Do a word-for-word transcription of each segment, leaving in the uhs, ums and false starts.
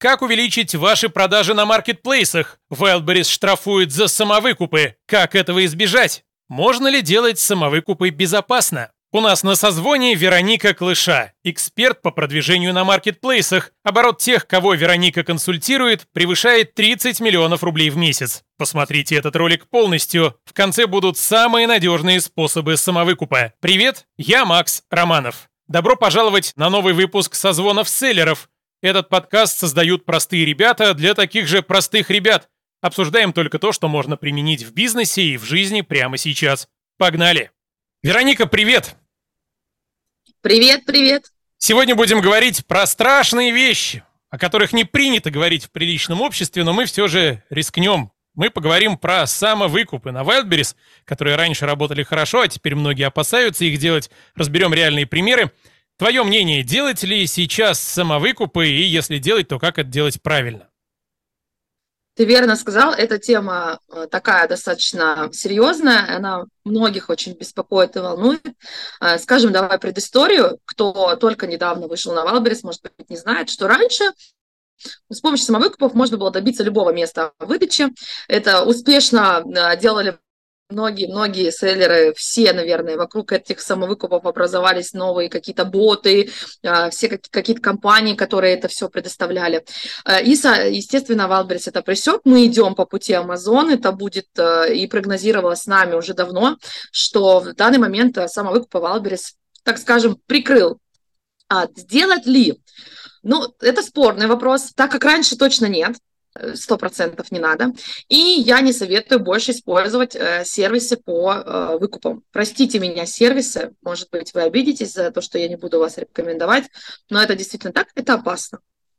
Как увеличить ваши продажи на маркетплейсах? Wildberries штрафует за самовыкупы. Как этого избежать? Можно ли делать самовыкупы безопасно? У нас на созвоне Вероника Клыша, эксперт по продвижению на маркетплейсах. Оборот тех, кого Вероника консультирует, превышает тридцать миллионов рублей в месяц. Посмотрите этот ролик полностью. В конце будут самые надежные способы самовыкупа. Привет, я Макс Романов. Добро пожаловать на новый выпуск созвонов селлеров. Этот подкаст создают простые ребята для таких же простых ребят. Обсуждаем только то, что можно применить в бизнесе и в жизни прямо сейчас. Погнали! Вероника, привет! Привет, привет! Сегодня будем говорить про страшные вещи, о которых не принято говорить в приличном обществе, но мы все же рискнем. Мы поговорим про самовыкупы на Wildberries, которые раньше работали хорошо, а теперь многие опасаются их делать. Разберем реальные примеры. Твое мнение, делать ли сейчас самовыкупы, и если делать, то как это делать правильно? Ты верно сказал, эта тема такая достаточно серьезная, она многих очень беспокоит и волнует. Скажем, давай предысторию. Кто только недавно вышел на Wildberries, может быть, не знает, что раньше с помощью самовыкупов можно было добиться любого места выдачи. Это успешно делали многие-многие селлеры, все, наверное, вокруг этих самовыкупов образовались новые какие-то боты, все какие-то компании, которые это все предоставляли. И, естественно, Wildberries это пресек. Мы идем по пути Amazon. Это будет и прогнозировалось с нами уже давно, что в данный момент самовыкуп Wildberries, так скажем, прикрыл. А сделать ли? Ну, это спорный вопрос. Так как раньше точно нет. Сто процентов не надо. И я не советую больше использовать э, сервисы по э, выкупам. Простите меня, сервисы. Может быть, вы обидитесь за то, что я не буду вас рекомендовать, но это действительно так, это опасно.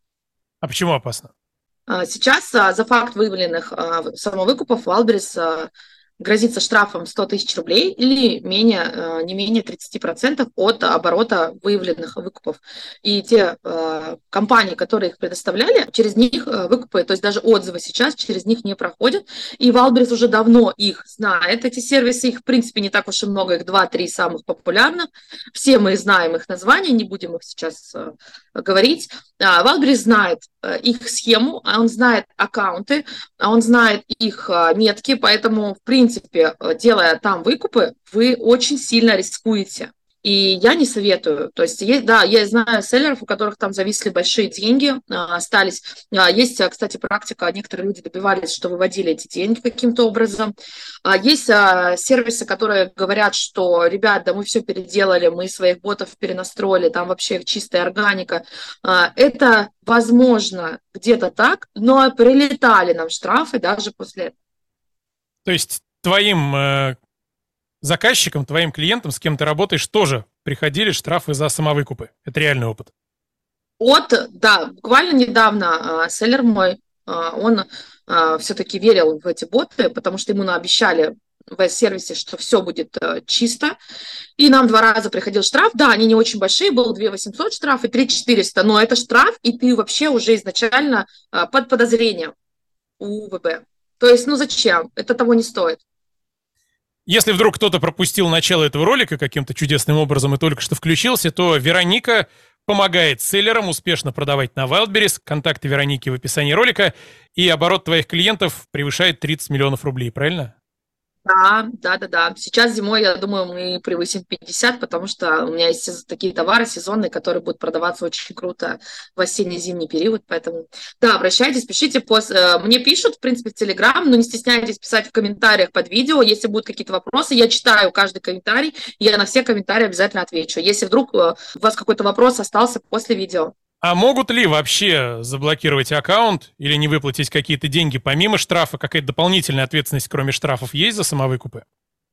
А почему опасно? Сейчас а, за факт выявленных а, самовыкупов Wildberries а, грозится штрафом сто тысяч рублей или менее, не менее тридцать процентов от оборота выявленных выкупов. И те э, компании, которые их предоставляли, через них выкупы, то есть даже отзывы сейчас через них не проходят. И Wildberries уже давно их знает, эти сервисы, их в принципе не так уж и много, их два-три самых популярных. Все мы знаем их названия, не будем их сейчас э, говорить. Wildberries знает э, их схему, он знает аккаунты, он знает их э, метки, поэтому в принципе В принципе, делая там выкупы, вы очень сильно рискуете. И я не советую. То есть, есть, да, я знаю селлеров, у которых там зависли большие деньги, а, остались. А, есть, кстати, практика, некоторые люди добивались, что выводили эти деньги каким-то образом. А, есть а, сервисы, которые говорят, что, ребят, да мы все переделали, мы своих ботов перенастроили, там вообще чистая органика. А, это возможно где-то так, но прилетали нам штрафы даже после этого. То есть твоим э, заказчикам, твоим клиентам, с кем ты работаешь, тоже приходили штрафы за самовыкупы. Это реальный опыт. От, да, буквально недавно э, селлер мой, э, он э, все-таки верил в эти боты, потому что ему наобещали в сервисе, что все будет э, чисто. И нам два раза приходил штраф. Да, они не очень большие, было две тысячи восемьсот штраф и три тысячи четыреста, но это штраф, и ты вообще уже изначально э, под подозрением у ВБ. То есть, ну зачем? Это того не стоит. Если вдруг кто-то пропустил начало этого ролика каким-то чудесным образом и только что включился, то Вероника помогает селлерам успешно продавать на Wildberries. Контакты Вероники в описании ролика. И оборот твоих клиентов превышает тридцать миллионов рублей, правильно? Да, да, да, да. Сейчас зимой, я думаю, мы превысим пятьдесят, потому что у меня есть такие товары сезонные, которые будут продаваться очень круто в осенне-зимний период. Поэтому, да, обращайтесь, пишите. Пост... Мне пишут, в принципе, в Телеграм, но не стесняйтесь писать в комментариях под видео. Если будут какие-то вопросы, я читаю каждый комментарий, и я на все комментарии обязательно отвечу. Если вдруг у вас какой-то вопрос остался после видео. А могут ли вообще заблокировать аккаунт или не выплатить какие-то деньги помимо штрафа? Какая-то дополнительная ответственность, кроме штрафов, есть за самовыкупы?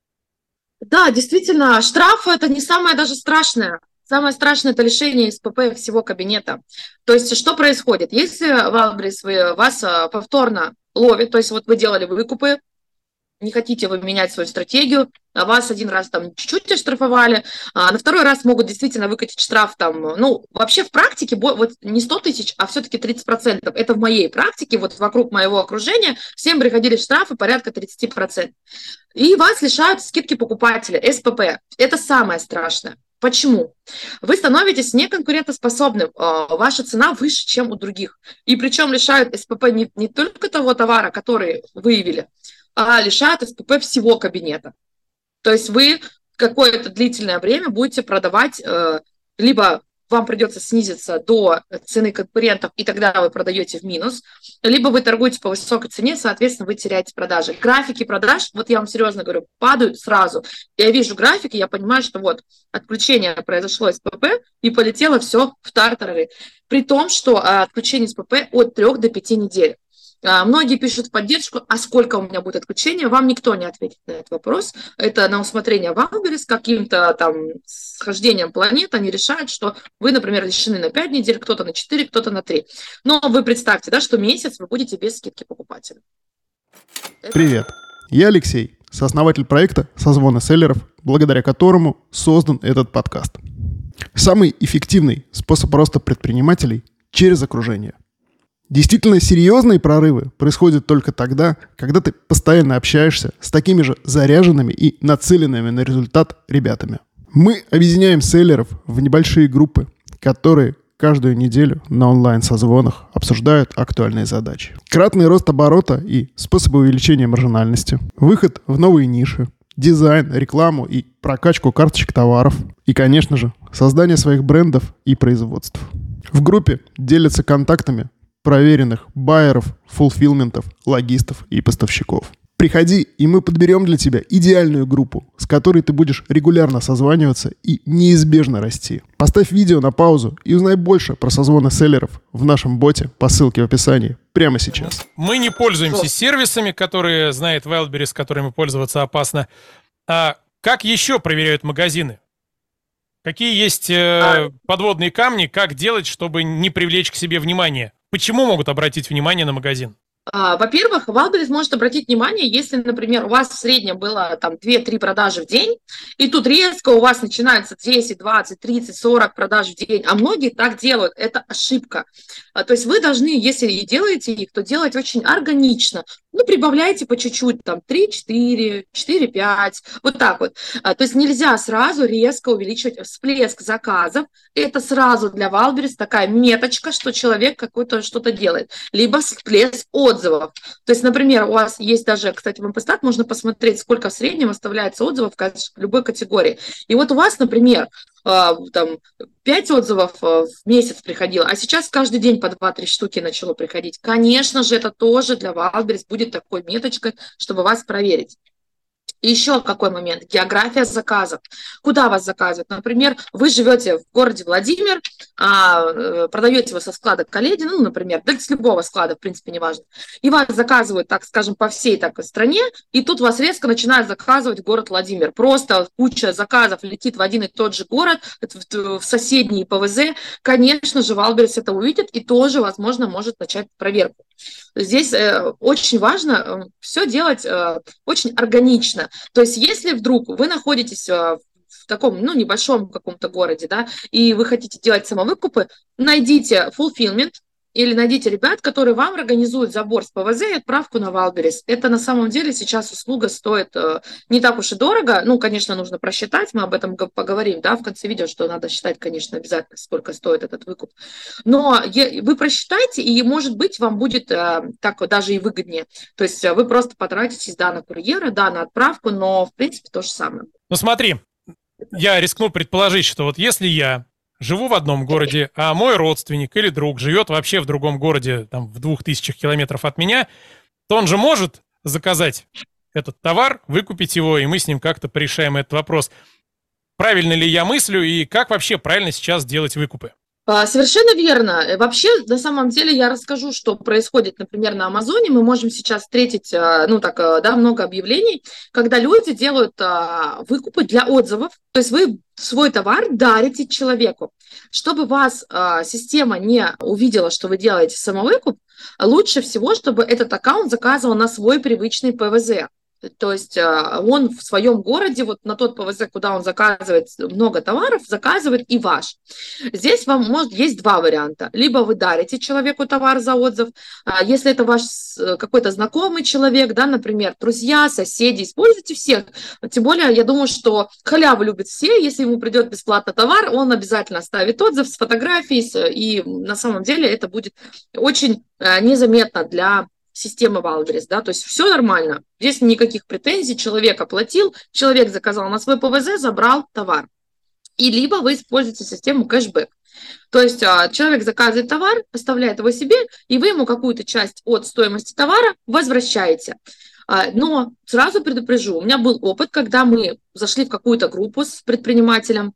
Да, действительно, штраф – это не самое даже страшное. Самое страшное – это лишение СПП всего кабинета. То есть что происходит? Если Wildberries вас повторно ловит, то есть вот вы делали выкупы, не хотите вы менять свою стратегию, а вас один раз там чуть-чуть оштрафовали, а на второй раз могут действительно выкатить штраф там, ну, вообще в практике вот не сто тысяч, а все-таки тридцать процентов. Это в моей практике, вот вокруг моего окружения всем приходили штрафы порядка тридцать процентов. И вас лишают скидки покупателя, СПП. Это самое страшное. Почему? Вы становитесь неконкурентоспособным, ваша цена выше, чем у других. И причем лишают СПП не, не только того товара, который выявили, а лишают СПП всего кабинета. То есть вы какое-то длительное время будете продавать, либо вам придется снизиться до цены конкурентов, и тогда вы продаете в минус, либо вы торгуете по высокой цене, соответственно, вы теряете продажи. Графики продаж, вот я вам серьезно говорю, падают сразу. Я вижу графики, я понимаю, что вот отключение произошло из ПП, и полетело все в тартарары. При том, что отключение из ПП от трёх до пяти недель. Многие пишут в поддержку, а сколько у меня будет отключения, вам никто не ответит на этот вопрос. Это на усмотрение Wildberries, каким-то там схождением планет они решают, что вы, например, лишены на пять недель, кто-то на четыре, кто-то на три. Но вы представьте, да, что месяц вы будете без скидки покупателя. Это... Привет, я Алексей, сооснователь проекта «Созвоны селлеров», благодаря которому создан этот подкаст. Самый эффективный способ роста предпринимателей через окружение. Действительно серьезные прорывы происходят только тогда, когда ты постоянно общаешься с такими же заряженными и нацеленными на результат ребятами. Мы объединяем селлеров в небольшие группы, которые каждую неделю на онлайн-созвонах обсуждают актуальные задачи. Кратный рост оборота и способы увеличения маржинальности, выход в новые ниши, дизайн, рекламу и прокачку карточек товаров и, конечно же, создание своих брендов и производств. В группе делятся контактами проверенных байеров, фулфилментов, логистов и поставщиков. Приходи, и мы подберем для тебя идеальную группу, с которой ты будешь регулярно созваниваться и неизбежно расти. Поставь видео на паузу и узнай больше про созвоны селлеров в нашем боте по ссылке в описании прямо сейчас. Мы не пользуемся сервисами, которые знает Wildberries, которыми пользоваться опасно. А как еще проверяют магазины? Какие есть э, подводные камни, как делать, чтобы не привлечь к себе внимание? Почему могут обратить внимание на магазин? Во-первых, Wildberries может обратить внимание, если, например, у вас в среднем было там две-три продажи в день, и тут резко у вас начинается десять, двадцать, тридцать, сорок продаж в день, а многие так делают, это ошибка. То есть вы должны, если и делаете их, то делать очень органично. Ну, прибавляйте по чуть-чуть, там, три-четыре, четыре-пять, вот так вот. То есть нельзя сразу резко увеличивать всплеск заказов. Это сразу для Wildberries такая меточка, что человек какой-то что-то делает. Либо всплеск отзывов. То есть, например, у вас есть даже, кстати, в эм пэ стат можно посмотреть, сколько в среднем оставляется отзывов в любой категории. И вот у вас, например, там пять отзывов в месяц приходило, а сейчас каждый день по два-три штуки начало приходить. Конечно же, это тоже для Wildberries будет такой меточкой, чтобы вас проверить. И еще какой момент? География заказов. Куда вас заказывают? Например, вы живете в городе Владимир, а, продаете его со склада Каледин, ну, например, да с любого склада, в принципе, неважно. И вас заказывают, так скажем, по всей такой стране, и тут вас резко начинают заказывать в город Владимир. Просто куча заказов летит в один и тот же город, в соседний пэ вэ зэ. Конечно же, Wildberries это увидит и тоже, возможно, может начать проверку. Здесь э, очень важно э, все делать э, очень органично. То есть если вдруг вы находитесь э, в таком, ну, небольшом каком-то городе, да, и вы хотите делать самовыкупы, найдите fulfillment или найдите ребят, которые вам организуют забор с пэ вэ зэ и отправку на Wildberries. Это на самом деле сейчас услуга стоит э, не так уж и дорого. Ну, конечно, нужно просчитать, мы об этом поговорим, да, в конце видео, что надо считать, конечно, обязательно, сколько стоит этот выкуп. Но е- вы просчитайте, и, может быть, вам будет э, так даже и выгоднее. То есть вы просто потратитесь, да, на курьера, да, на отправку, но, в принципе, то же самое. Ну, смотри, я рискну предположить, что вот если я живу в одном городе, а мой родственник или друг живет вообще в другом городе, там, в двух тысячах километров от меня, то он же может заказать этот товар, выкупить его, и мы с ним как-то порешаем этот вопрос. Правильно ли я мыслю, и как вообще правильно сейчас делать выкупы? Совершенно верно. Вообще, на самом деле, я расскажу, что происходит, например, на Амазоне. Мы можем сейчас встретить, ну, так, да, много объявлений, когда люди делают выкупы для отзывов. То есть вы свой товар дарите человеку. Чтобы вас система не увидела, что вы делаете самовыкуп, лучше всего, чтобы этот аккаунт заказывал на свой привычный пэ вэ зэ. То есть он в своем городе, вот на тот ПВЗ, куда он заказывает много товаров, заказывает и ваш. Здесь вам может есть два варианта. Либо вы дарите человеку товар за отзыв, если это ваш какой-то знакомый человек, да, например, друзья, соседи, используйте всех. Тем более, я думаю, что халяву любят все. Если ему придет бесплатно товар, он обязательно оставит отзыв с фотографией, и на самом деле это будет очень незаметно для системы Wildberries, да, то есть все нормально, здесь никаких претензий, человек оплатил, человек заказал на свой ПВЗ, забрал товар. И либо вы используете систему кэшбэк. То есть человек заказывает товар, оставляет его себе, и вы ему какую-то часть от стоимости товара возвращаете. Но сразу предупрежу, у меня был опыт, когда мы зашли в какую-то группу с предпринимателем,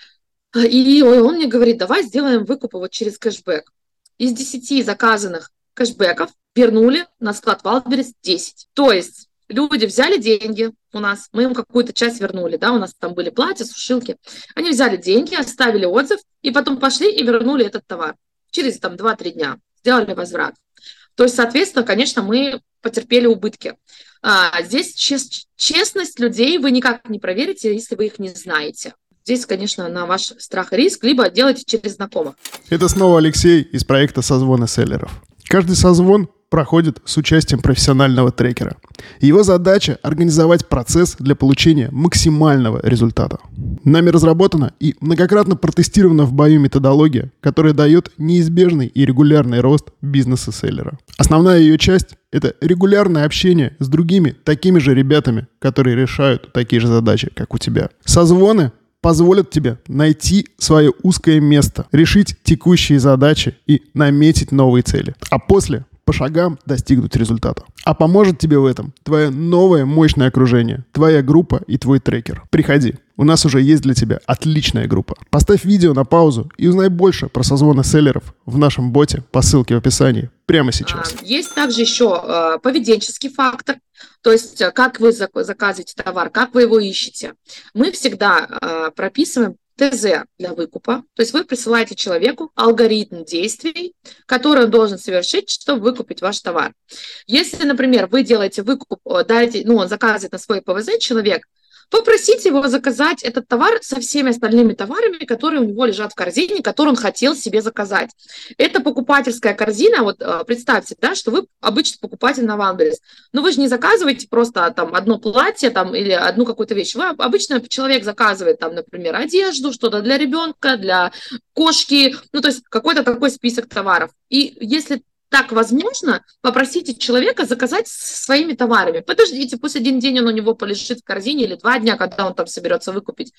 и он мне говорит, давай сделаем выкупы вот через кэшбэк. Из десяти заказанных кэшбэков вернули на склад Wildberries десять. То есть люди взяли деньги у нас, мы им какую-то часть вернули, да, у нас там были платья, сушилки. Они взяли деньги, оставили отзыв, и потом пошли и вернули этот товар. Через там два-три дня сделали возврат. То есть, соответственно, конечно, мы потерпели убытки. А, здесь чест- честность людей вы никак не проверите, если вы их не знаете. Здесь, конечно, на ваш страх и риск, либо делайте через знакомых. Это снова Алексей из проекта «Созвоны селлеров». Каждый созвон проходит с участием профессионального трекера. Его задача – организовать процесс для получения максимального результата. Нами разработана и многократно протестирована в бою методология, которая дает неизбежный и регулярный рост бизнеса селлера. Основная ее часть – это регулярное общение с другими такими же ребятами, которые решают такие же задачи, как у тебя. Созвоны позволят тебе найти свое узкое место, решить текущие задачи и наметить новые цели. А после по шагам достигнуть результата. А поможет тебе в этом твое новое мощное окружение, твоя группа и твой трекер. Приходи, у нас уже есть для тебя отличная группа. Поставь видео на паузу и узнай больше про созвоны селлеров в нашем боте по ссылке в описании прямо сейчас. Есть также еще поведенческий фактор. То есть, как вы заказываете товар, как вы его ищете. Мы всегда прописываем ТЗ для выкупа. То есть вы присылаете человеку алгоритм действий, который он должен совершить, чтобы выкупить ваш товар. Если, например, вы делаете выкуп, даете, ну, он заказывает на свой ПВЗ человек, попросите его заказать этот товар со всеми остальными товарами, которые у него лежат в корзине, которые он хотел себе заказать. Это покупательская корзина. Вот представьте, да, что вы обычно покупатель на Wildberries. Но вы же не заказываете просто там одно платье там, или одну какую-то вещь. Вы обычно человек заказывает там, например, одежду, что-то для ребенка, для кошки, ну то есть какой-то такой список товаров. И если так возможно, попросите человека заказать своими товарами. Подождите, пусть один день он у него полежит в корзине или два дня, когда он там соберется выкупить.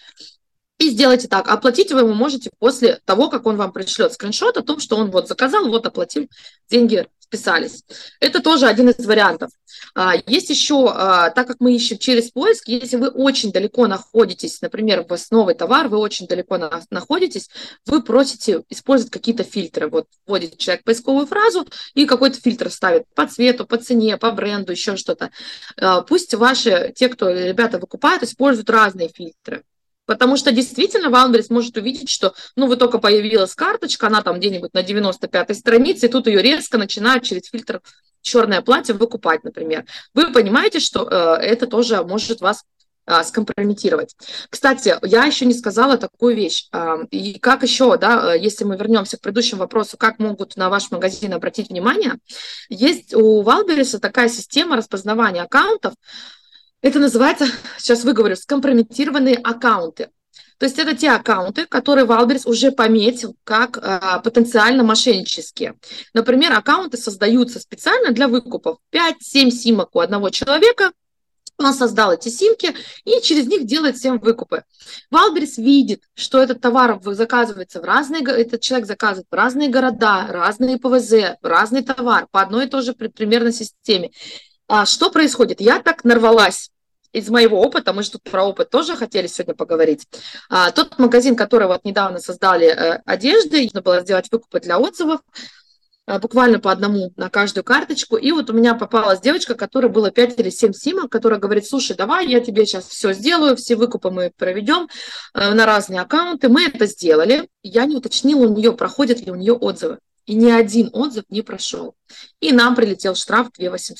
И сделайте так. Оплатить вы ему можете после того, как он вам пришлет скриншот о том, что он вот заказал, вот оплатил, деньги списались. Это тоже один из вариантов. Есть еще, так как мы ищем через поиск, если вы очень далеко находитесь, например, у вас новый товар, вы очень далеко находитесь, вы просите использовать какие-то фильтры. Вот вводит человек поисковую фразу и какой-то фильтр ставит по цвету, по цене, по бренду, еще что-то. Пусть ваши, те, кто ребята выкупают, используют разные фильтры. Потому что действительно Wildberries может увидеть, что ну вы только появилась карточка, она там где-нибудь на девяносто пятой странице, и тут ее резко начинают через фильтр черное платье выкупать, например. Вы понимаете, что э, это тоже может вас э, скомпрометировать. Кстати, я еще не сказала такую вещь. Э, и как еще, да, если мы вернемся к предыдущему вопросу, как могут на ваш магазин обратить внимание, есть у Wildberries такая система распознавания аккаунтов. Это называется, сейчас выговорю, скомпрометированные аккаунты. То есть это те аккаунты, которые Wildberries уже пометил как э, потенциально мошеннические. Например, аккаунты создаются специально для выкупов. пять-семь симок у одного человека, он создал эти симки и через них делает всем выкупы. Wildberries видит, что этот товар заказывается в разные, этот человек заказывает в разные города, разные ПВЗ, разный товар по одной и той же примерно системе. А что происходит? Я так нарвалась. Из моего опыта, мы же тут про опыт тоже хотели сегодня поговорить. А, тот магазин, который вот недавно создали э, одежды, нужно было сделать выкупы для отзывов, э, буквально по одному на каждую карточку. И вот у меня попалась девочка, которой было пять или семь симок, которая говорит, слушай, давай я тебе сейчас все сделаю, все выкупы мы проведем э, на разные аккаунты. Мы это сделали. Я не уточнила у нее, проходят ли у нее отзывы. И ни один отзыв не прошел. И нам прилетел штраф две тысячи восемьсот.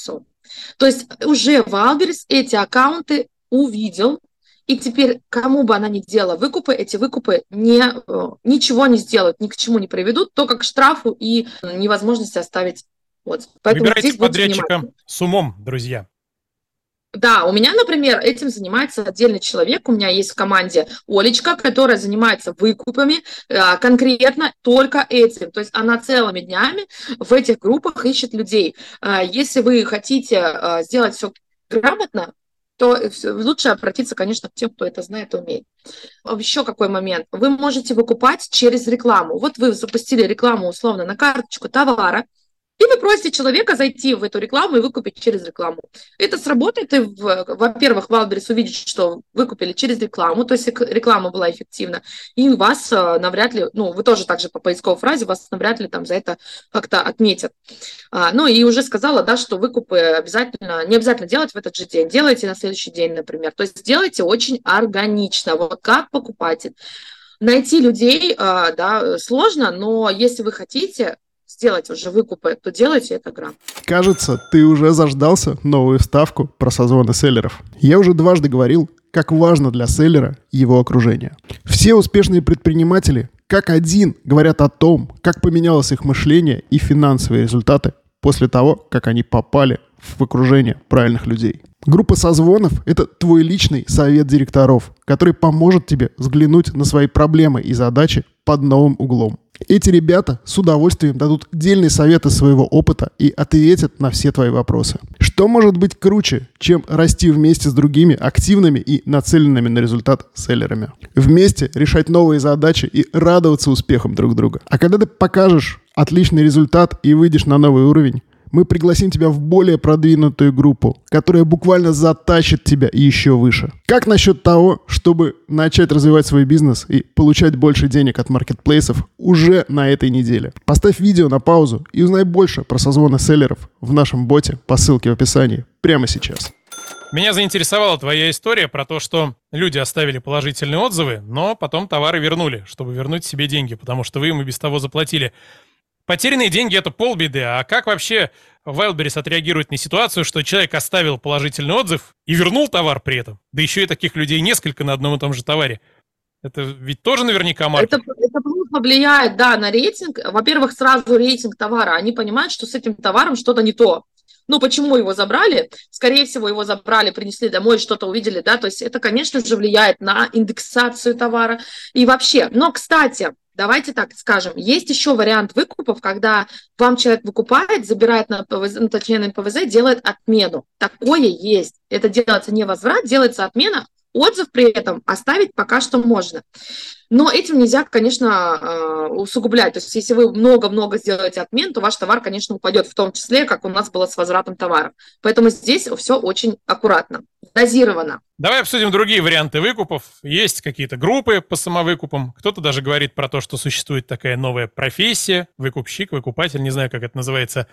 То есть уже Wildberries эти аккаунты увидел, и теперь, кому бы она ни делала выкупы, эти выкупы не, ничего не сделают, ни к чему не приведут, только к штрафу и невозможности оставить отзыв. Поэтому Выбирайте здесь будем подрядчика внимательны. с умом, друзья. Да, у меня, например, этим занимается отдельный человек. У меня есть в команде Олечка, которая занимается выкупами а, конкретно только этим. То есть она целыми днями в этих группах ищет людей. А, если вы хотите а, сделать все грамотно, то лучше обратиться, конечно, к тем, кто это знает и умеет. Еще какой момент. Вы можете выкупать через рекламу. Вот вы запустили рекламу условно на карточку товара, и вы просите человека зайти в эту рекламу и выкупить через рекламу. Это сработает, и, во-первых, Wildberries увидит, что выкупили через рекламу, то есть реклама была эффективна, и вас навряд ли, ну, вы тоже также по поисковой фразе, вас навряд ли там за это как-то отметят. А, ну, и уже сказала, да, что выкупы обязательно, не обязательно делать в этот же день, делайте на следующий день, например. То есть делайте очень органично, вот как покупатель. Найти людей, да, сложно, но если вы хотите сделать уже выкупы, то делайте это грамотно. Кажется, ты уже заждался новую вставку про созвоны селлеров. Я уже дважды говорил, как важно для селлера его окружение. Все успешные предприниматели, как один, говорят о том, как поменялось их мышление и финансовые результаты после того, как они попали в окружение правильных людей. Группа созвонов – это твой личный совет директоров, который поможет тебе взглянуть на свои проблемы и задачи под новым углом. Эти ребята с удовольствием дадут дельные советы своего опыта и ответят на все твои вопросы. Что может быть круче, чем расти вместе с другими активными и нацеленными на результат селлерами? Вместе решать новые задачи и радоваться успехам друг друга. А когда ты покажешь отличный результат и выйдешь на новый уровень, мы пригласим тебя в более продвинутую группу, которая буквально затащит тебя еще выше. Как насчет того, чтобы начать развивать свой бизнес и получать больше денег от маркетплейсов уже на этой неделе? Поставь видео на паузу и узнай больше про созвоны селлеров в нашем боте по ссылке в описании прямо сейчас. Меня заинтересовала твоя история про то, что люди оставили положительные отзывы, но потом товары вернули, чтобы вернуть себе деньги, потому что вы им и без того заплатили. Потерянные деньги — это полбеды. А как вообще Wildberries отреагирует на ситуацию, что человек оставил положительный отзыв и вернул товар при этом? Да еще и таких людей несколько на одном и том же товаре. Это ведь тоже наверняка маркетинг. Это, это плохо влияет, да, на рейтинг. Во-первых, сразу рейтинг товара. Они понимают, что с этим товаром что-то не то. Ну, почему его забрали? Скорее всего, его забрали, принесли домой, что-то увидели, да. То есть это, конечно же, влияет на индексацию товара и вообще. Но, кстати, давайте так скажем, есть еще вариант выкупов, когда вам человек выкупает, забирает на ПВЗ, ну, точнее на ПВЗ, делает отмену. Такое есть. Это делается не возврат, делается отмена. Отзыв при этом оставить пока что можно. Но этим нельзя, конечно, усугублять. То есть если вы много-много сделаете отмен, то ваш товар, конечно, упадет, в том числе, как у нас было с возвратом товаров. Поэтому здесь все очень аккуратно, дозировано. Давай обсудим другие варианты выкупов. Есть какие-то группы по самовыкупам. Кто-то даже говорит про то, что существует такая новая профессия. Выкупщик, выкупатель, не знаю, как это называется.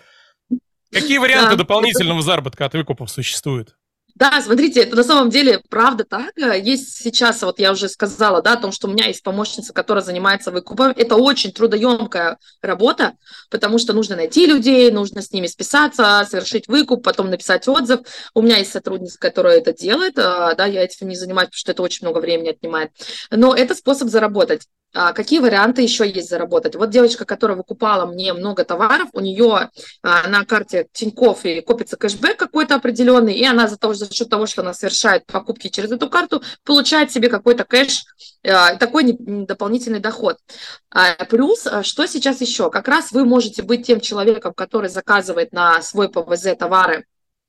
Какие варианты да, дополнительного это... заработка от выкупов существуют? Да, смотрите, это на самом деле правда так. Есть сейчас, вот я уже сказала, да, о том, что у меня есть помощница, которая занимается выкупом. Это очень трудоемкая работа, потому что нужно найти людей, нужно с ними списаться, совершить выкуп, потом написать отзыв. У меня есть сотрудница, которая это делает, да, я этим не занимаюсь, потому что это очень много времени отнимает. Но это способ заработать. А какие варианты еще есть заработать? Вот девочка, которая выкупала мне много товаров, у нее а, на карте Тинькофф и копится кэшбэк какой-то определенный, и она за, того, за счет того, что она совершает покупки через эту карту, получает себе какой-то кэш, а, такой не, дополнительный доход. А, плюс, что сейчас еще? Как раз вы можете быть тем человеком, который заказывает на свой ПВЗ товары.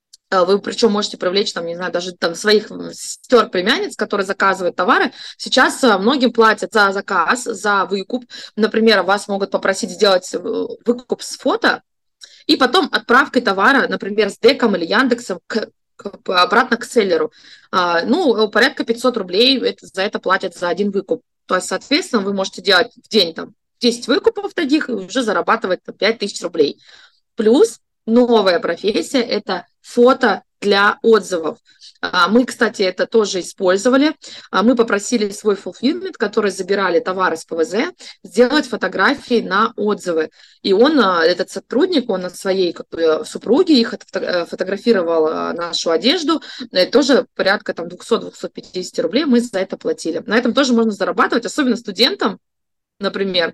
Вы причем можете привлечь, там, не знаю, даже там, своих сестер, племянниц, которые заказывают товары. Сейчас многим платят за заказ, за выкуп. Например, вас могут попросить сделать выкуп с фото и потом отправкой товара, например, с Деком или Яндексом к, к, обратно к селлеру. А, ну, порядка пятьсот рублей это, за это платят за один выкуп. То есть, соответственно, вы можете делать в день там, десять выкупов таких и уже зарабатывать там, пять тысяч рублей. Плюс новая профессия – это фото для отзывов. Мы, кстати, это тоже использовали. Мы попросили свой fulfillment, который забирали товары с ПВЗ, сделать фотографии на отзывы. И он, этот сотрудник, он от своей как бы, супруги их фотографировал нашу одежду. Тоже порядка там двести-двести пятьдесят рублей мы за это платили. На этом тоже можно зарабатывать, особенно студентам, например.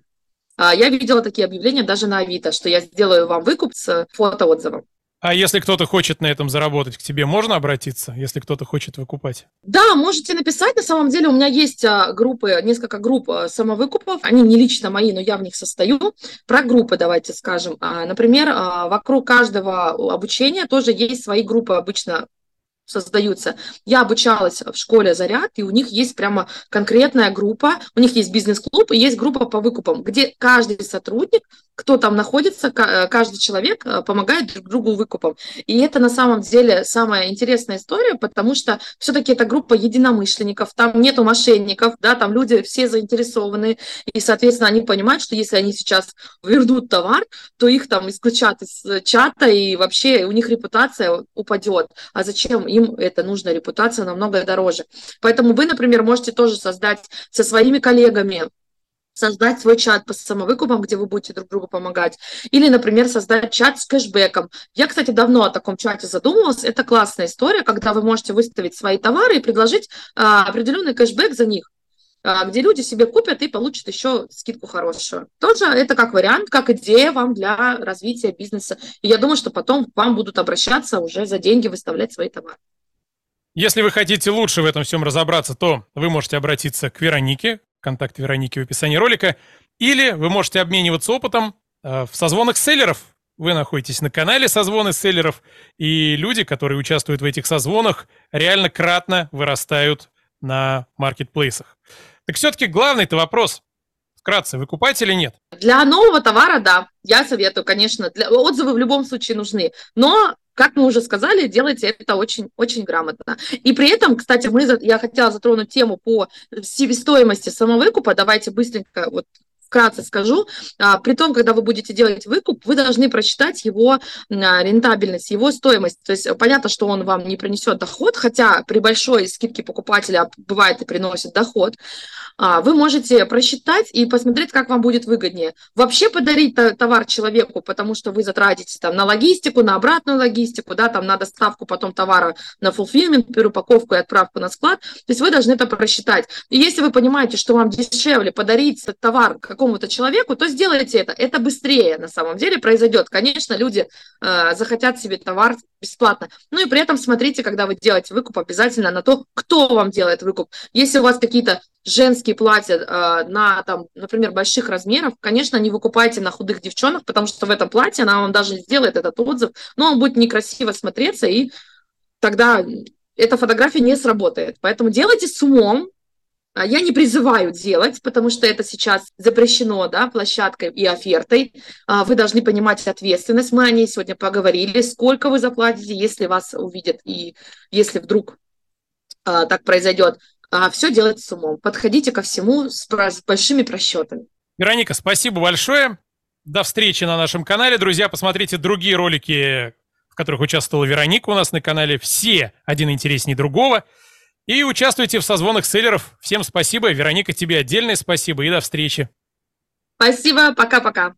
Я видела такие объявления даже на Авито, что я сделаю вам выкуп с фотоотзывом. А если кто-то хочет на этом заработать, к тебе можно обратиться, если кто-то хочет выкупать? Да, можете написать. На самом деле у меня есть группы, несколько групп самовыкупов. Они не лично мои, но я в них состою. Про группы давайте скажем. Например, вокруг каждого обучения тоже есть свои группы обычно создаются. Я обучалась в школе «Заряд», и у них есть прямо конкретная группа, у них есть бизнес-клуб и есть группа по выкупам, где каждый сотрудник, кто там находится, каждый человек помогает друг другу выкупом. И это на самом деле самая интересная история, потому что все-таки это группа единомышленников, там нету мошенников, да, там люди все заинтересованы, и, соответственно, они понимают, что если они сейчас вернут товар, то их там исключат из чата, и вообще у них репутация упадет. А зачем им это нужно? Репутация намного дороже. Поэтому вы, например, можете тоже создать со своими коллегами, создать свой чат по самовыкупам, где вы будете друг другу помогать. Или, например, создать чат с кэшбэком. Я, кстати, давно о таком чате задумывалась. Это классная история, когда вы можете выставить свои товары и предложить а, определенный кэшбэк за них, а, где люди себе купят и получат еще скидку хорошую. Тоже это как вариант, как идея вам для развития бизнеса. И я думаю, что потом к вам будут обращаться уже за деньги выставлять свои товары. Если вы хотите лучше в этом всем разобраться, то вы можете обратиться к Веронике. Контакт Вероники в описании ролика. Или вы можете обмениваться опытом э, в созвонах селлеров. Вы находитесь на канале «Созвоны селлеров», и люди, которые участвуют в этих созвонах, реально кратно вырастают на маркетплейсах. Так все-таки главный-то вопрос. Вкратце, выкупать или нет? Для нового товара, да, я советую, конечно. Для... Отзывы в любом случае нужны. Но, как мы уже сказали, делайте это очень, очень грамотно. И при этом, кстати, мы, я хотела затронуть тему по себестоимости самовыкупа. Давайте быстренько вот вкратце скажу. А, при том, когда вы будете делать выкуп, вы должны просчитать его а, рентабельность, его стоимость. То есть понятно, что он вам не принесет доход, хотя при большой скидке покупателя бывает и приносит доход. А, вы можете просчитать и посмотреть, как вам будет выгоднее. Вообще подарить товар человеку, потому что вы затратите там на логистику, на обратную логистику, да, там на доставку потом товара на fulfillment, переупаковку и отправку на склад. То есть вы должны это просчитать. И если вы понимаете, что вам дешевле подарить товар какому-то человеку, то сделайте это. Это быстрее на самом деле произойдет. Конечно, люди э, захотят себе товар бесплатно. Ну и при этом смотрите, когда вы делаете выкуп, обязательно на то, кто вам делает выкуп. Если у вас какие-то женские платья э, на, там, например, больших размеров, конечно, не выкупайте на худых девчонок, потому что в этом платье она вам даже сделает этот отзыв, но он будет некрасиво смотреться, и тогда эта фотография не сработает. Поэтому делайте с умом. Я не призываю делать, потому что это сейчас запрещено, да, площадкой и офертой. Вы должны понимать ответственность. Мы о ней сегодня поговорили. Сколько вы заплатите, если вас увидят и если вдруг а, так произойдет. А, все делайте с умом. Подходите ко всему с, с большими просчетами. Вероника, спасибо большое. До встречи на нашем канале. Друзья, посмотрите другие ролики, в которых участвовала Вероника у нас на канале. Все один интереснее другого. И участвуйте в созвонах селлеров. Всем спасибо. Вероника, тебе отдельное спасибо и до встречи. Спасибо. Пока-пока.